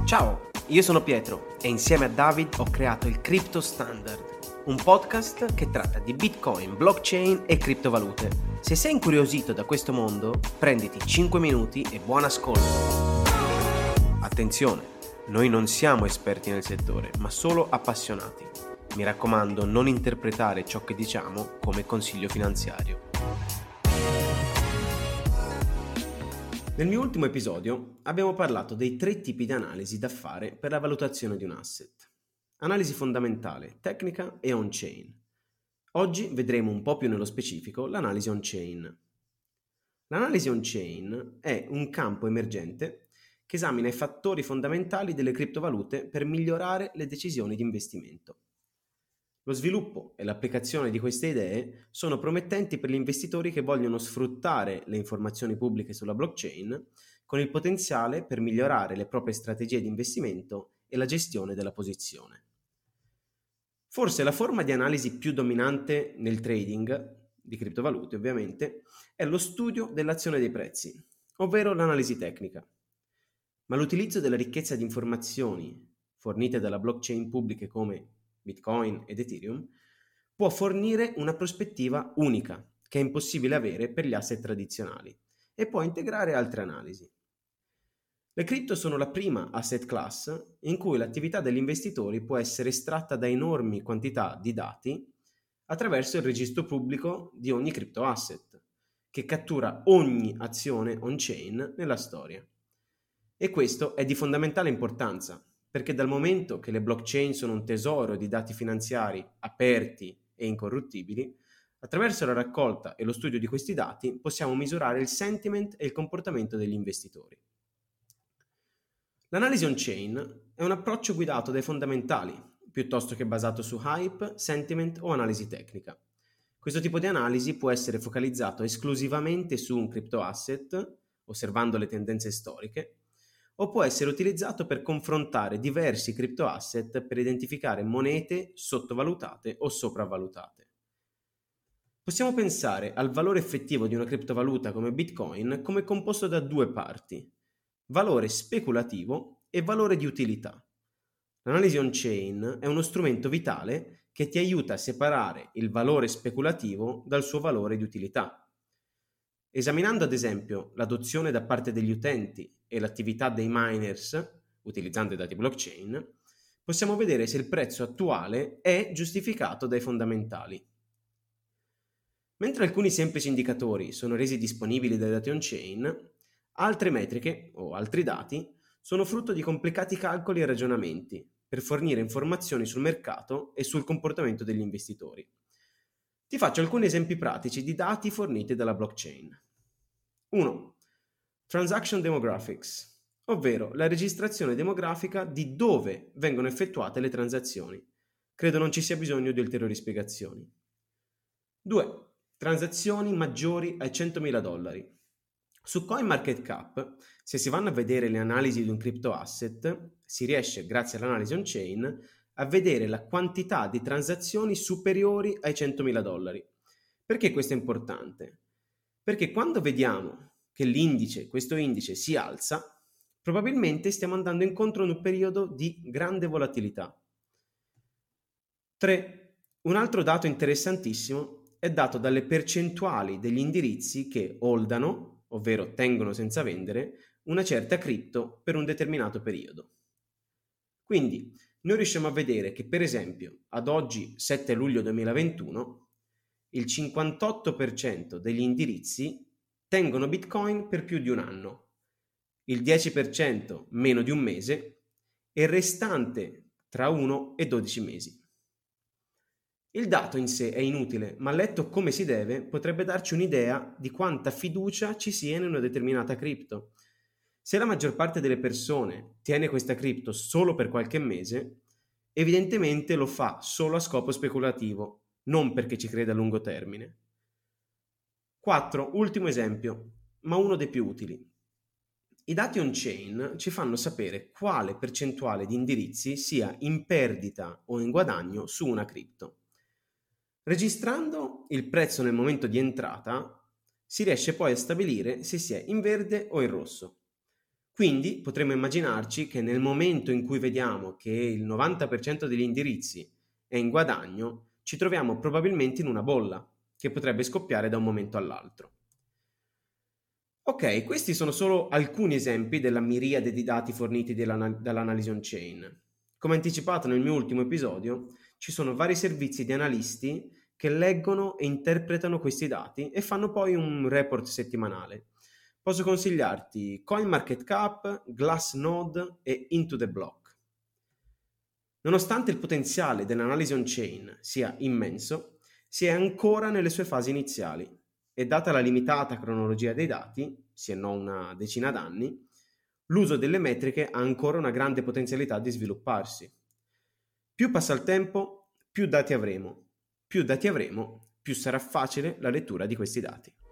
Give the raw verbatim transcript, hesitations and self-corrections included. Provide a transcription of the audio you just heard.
Ciao, io sono Pietro e insieme a David ho creato il Crypto Standard, un podcast che tratta di Bitcoin, blockchain e criptovalute. Se sei incuriosito da questo mondo, prenditi cinque minuti e buon ascolto. Attenzione, noi non siamo esperti nel settore, ma solo appassionati. Mi raccomando, non interpretare ciò che diciamo come consiglio finanziario. Nel mio ultimo episodio abbiamo parlato dei tre tipi di analisi da fare per la valutazione di un asset. Analisi fondamentale, tecnica e on-chain. Oggi vedremo un po' più nello specifico l'analisi on-chain. L'analisi on-chain è un campo emergente che esamina i fattori fondamentali delle criptovalute per migliorare le decisioni di investimento. Lo sviluppo e l'applicazione di queste idee sono promettenti per gli investitori che vogliono sfruttare le informazioni pubbliche sulla blockchain con il potenziale per migliorare le proprie strategie di investimento e la gestione della posizione. Forse la forma di analisi più dominante nel trading di criptovalute, ovviamente, è lo studio dell'azione dei prezzi, ovvero l'analisi tecnica. Ma l'utilizzo della ricchezza di informazioni fornite dalla blockchain pubbliche come Bitcoin ed Ethereum può fornire una prospettiva unica che è impossibile avere per gli asset tradizionali e può integrare altre analisi. Le cripto sono la prima asset class in cui l'attività degli investitori può essere estratta da enormi quantità di dati attraverso il registro pubblico di ogni crypto asset, che cattura ogni azione on-chain nella storia. E questo è di fondamentale importanza, perché dal momento che le blockchain sono un tesoro di dati finanziari aperti e incorruttibili, attraverso la raccolta e lo studio di questi dati possiamo misurare il sentiment e il comportamento degli investitori. L'analisi on-chain è un approccio guidato dai fondamentali, piuttosto che basato su hype, sentiment o analisi tecnica. Questo tipo di analisi può essere focalizzato esclusivamente su un crypto asset, osservando le tendenze storiche, o può essere utilizzato per confrontare diversi crypto asset per identificare monete sottovalutate o sopravvalutate. Possiamo pensare al valore effettivo di una criptovaluta come Bitcoin come composto da due parti: valore speculativo e valore di utilità. L'analisi on-chain è uno strumento vitale che ti aiuta a separare il valore speculativo dal suo valore di utilità. Esaminando ad esempio l'adozione da parte degli utenti e l'attività dei miners, utilizzando i dati blockchain, possiamo vedere se il prezzo attuale è giustificato dai fondamentali. Mentre alcuni semplici indicatori sono resi disponibili dai dati on-chain, altre metriche o altri dati sono frutto di complicati calcoli e ragionamenti per fornire informazioni sul mercato e sul comportamento degli investitori. Ti faccio alcuni esempi pratici di dati forniti dalla blockchain. uno. Transaction Demographics, ovvero la registrazione demografica di dove vengono effettuate le transazioni. Credo non ci sia bisogno di ulteriori spiegazioni. due. Transazioni maggiori ai centomila dollari. Su CoinMarketCap, se si vanno a vedere le analisi di un crypto asset, si riesce, grazie all'analisi on-chain, a vedere la quantità di transazioni superiori ai centomila dollari. Perché questo è importante? Perché quando vediamo che l'indice, questo indice si alza, probabilmente stiamo andando incontro ad un periodo di grande volatilità. tre. Un altro dato interessantissimo è dato dalle percentuali degli indirizzi che holdano, ovvero tengono senza vendere, una certa cripto per un determinato periodo. Quindi noi riusciamo a vedere che, per esempio, ad oggi sette luglio duemilaventuno, il cinquantotto per cento degli indirizzi tengono Bitcoin per più di un anno, il dieci per cento meno di un mese e il restante tra uno e dodici mesi. Il dato in sé è inutile, ma letto come si deve potrebbe darci un'idea di quanta fiducia ci sia in una determinata cripto. Se la maggior parte delle persone tiene questa cripto solo per qualche mese, evidentemente lo fa solo a scopo speculativo, non perché ci crede a lungo termine. quattro. Ultimo esempio, ma uno dei più utili. I dati on-chain ci fanno sapere quale percentuale di indirizzi sia in perdita o in guadagno su una cripto. Registrando il prezzo nel momento di entrata, si riesce poi a stabilire se si è in verde o in rosso. Quindi potremmo immaginarci che nel momento in cui vediamo che il novanta per cento degli indirizzi è in guadagno, ci troviamo probabilmente in una bolla che potrebbe scoppiare da un momento all'altro. Ok, questi sono solo alcuni esempi della miriade di dati forniti dall'analysi on-chain. Come anticipato nel mio ultimo episodio, ci sono vari servizi di analisti che leggono e interpretano questi dati e fanno poi un report settimanale. Posso consigliarti CoinMarketCap, Glassnode e Into the Block. Nonostante il potenziale dell'analisi on-chain sia immenso, si è ancora nelle sue fasi iniziali e data la limitata cronologia dei dati, se non una decina d'anni, l'uso delle metriche ha ancora una grande potenzialità di svilupparsi. Più passa il tempo, più dati avremo. Più dati avremo, più sarà facile la lettura di questi dati.